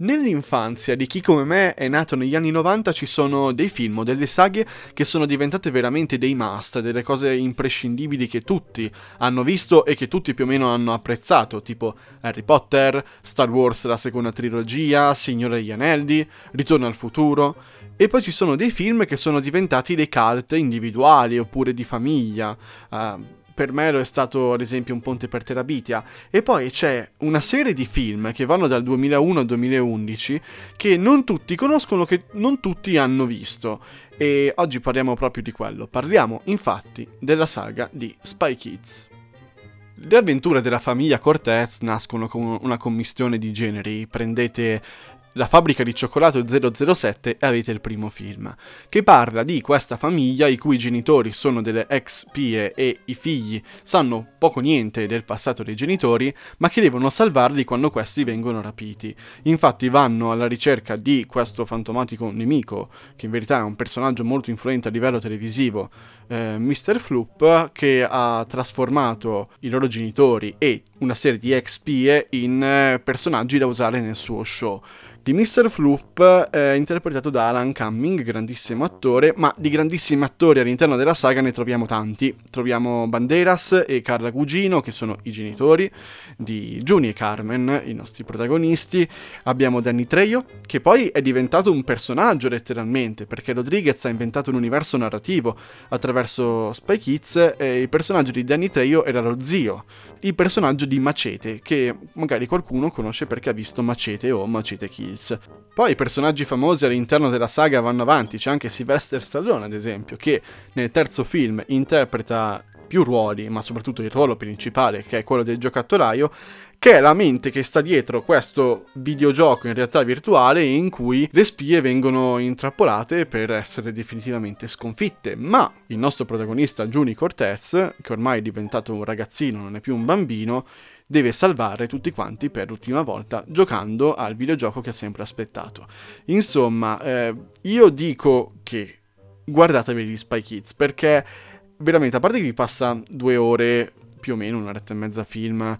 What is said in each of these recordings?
Nell'infanzia di chi come me è nato negli anni 90 ci sono dei film o delle saghe che sono diventate veramente dei must, delle cose imprescindibili che tutti hanno visto e che tutti più o meno hanno apprezzato, tipo Harry Potter, Star Wars la seconda trilogia, Signore degli Anelli, Ritorno al futuro. E poi ci sono dei film che sono diventati dei cult individuali oppure di famiglia. Per me lo è stato ad esempio Un ponte per Terabithia. E poi c'è una serie di film che vanno dal 2001 al 2011 che non tutti conoscono, che non tutti hanno visto. E oggi parliamo proprio di quello. Parliamo infatti della saga di Spy Kids. Le avventure della famiglia Cortez nascono con una commistione di generi. Prendete La fabbrica di cioccolato 007 e avete il primo film, che parla di questa famiglia i cui genitori sono delle ex spie e i figli sanno poco niente del passato dei genitori, ma che devono salvarli quando questi vengono rapiti. Infatti vanno alla ricerca di questo fantomatico nemico, che in verità è un personaggio molto influente a livello televisivo, Mr. Floop, che ha trasformato i loro genitori e una serie di ex spie in personaggi da usare nel suo show. Di Mr. Floop interpretato da Alan Cumming, grandissimo attore, ma di grandissimi attori all'interno della saga ne troviamo tanti. Troviamo Banderas e Carla Gugino, che sono i genitori di Juni e Carmen, i nostri protagonisti. Abbiamo Danny Trejo, che poi è diventato un personaggio letteralmente, perché Rodriguez ha inventato un universo narrativo attraverso Spy Kids e il personaggio di Danny Trejo era lo zio, il personaggio di Machete, che magari qualcuno conosce perché ha visto Machete o Machete Kills. Poi i personaggi famosi all'interno della saga vanno avanti, c'è anche Sylvester Stallone ad esempio, che nel terzo film interpreta più ruoli, ma soprattutto il ruolo principale, che è quello del giocattolaio, che è la mente che sta dietro questo videogioco in realtà virtuale in cui le spie vengono intrappolate per essere definitivamente sconfitte. Ma il nostro protagonista Juni Cortez, che ormai è diventato un ragazzino, non è più un bambino, deve salvare tutti quanti per l'ultima volta giocando al videogioco che ha sempre aspettato. Insomma, io dico che guardatevi gli Spy Kids, perché veramente, a parte che vi passa 2 ore, più o meno un'oretta e mezza film,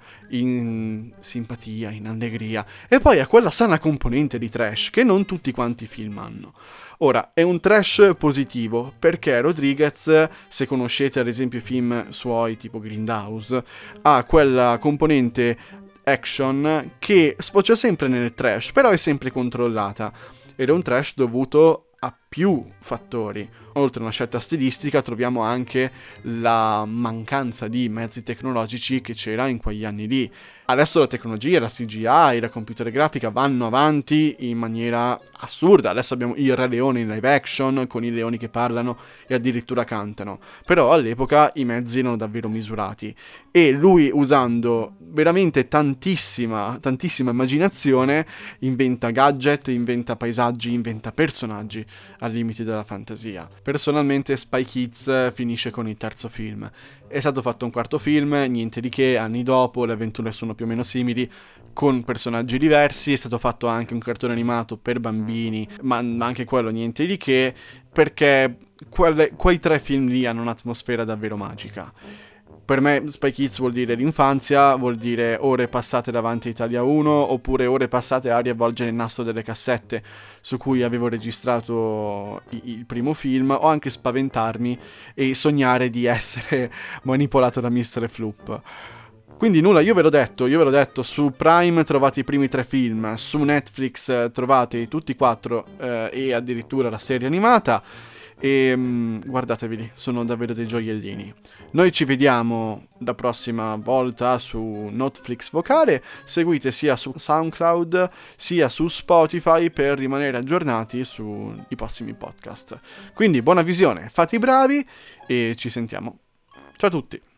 in simpatia, in allegria, e poi ha quella sana componente di trash che non tutti quanti i film hanno. Ora, è un trash positivo, perché Rodriguez, se conoscete ad esempio i film suoi tipo Grindhouse, ha quella componente action che sfocia sempre nel trash, però è sempre controllata, ed è un trash dovuto a più fattori. Oltre a una scelta stilistica troviamo anche la mancanza di mezzi tecnologici che c'era in quegli anni lì. Adesso la tecnologia, la CGI, la computer grafica vanno avanti in maniera assurda. Adesso abbiamo il Re Leone in live action con i leoni che parlano e addirittura cantano. Però all'epoca i mezzi erano davvero misurati e lui, usando veramente tantissima immaginazione, inventa gadget, inventa paesaggi, inventa personaggi al limite della fantasia. Personalmente Spy Kids finisce con il terzo film. È stato fatto un quarto film, niente di che, anni dopo, le avventure sono più o meno simili, con personaggi diversi. È stato fatto anche un cartone animato per bambini, ma anche quello niente di che, perché quei 3 film lì hanno un'atmosfera davvero magica. Per me Spy Kids vuol dire l'infanzia, vuol dire ore passate davanti a Italia 1, oppure ore passate a riavvolgere il nastro delle cassette su cui avevo registrato il primo film, o anche spaventarmi e sognare di essere manipolato da Mr. Floop. Quindi nulla, io ve l'ho detto, su Prime trovate i primi 3 film, su Netflix trovate tutti 4 e addirittura la serie animata. E guardateveli, sono davvero dei gioiellini. Noi ci vediamo la prossima volta su Netflix Vocale. Seguite sia su SoundCloud sia su Spotify per rimanere aggiornati sui prossimi podcast. Quindi buona visione, fate i bravi e ci sentiamo. Ciao a tutti.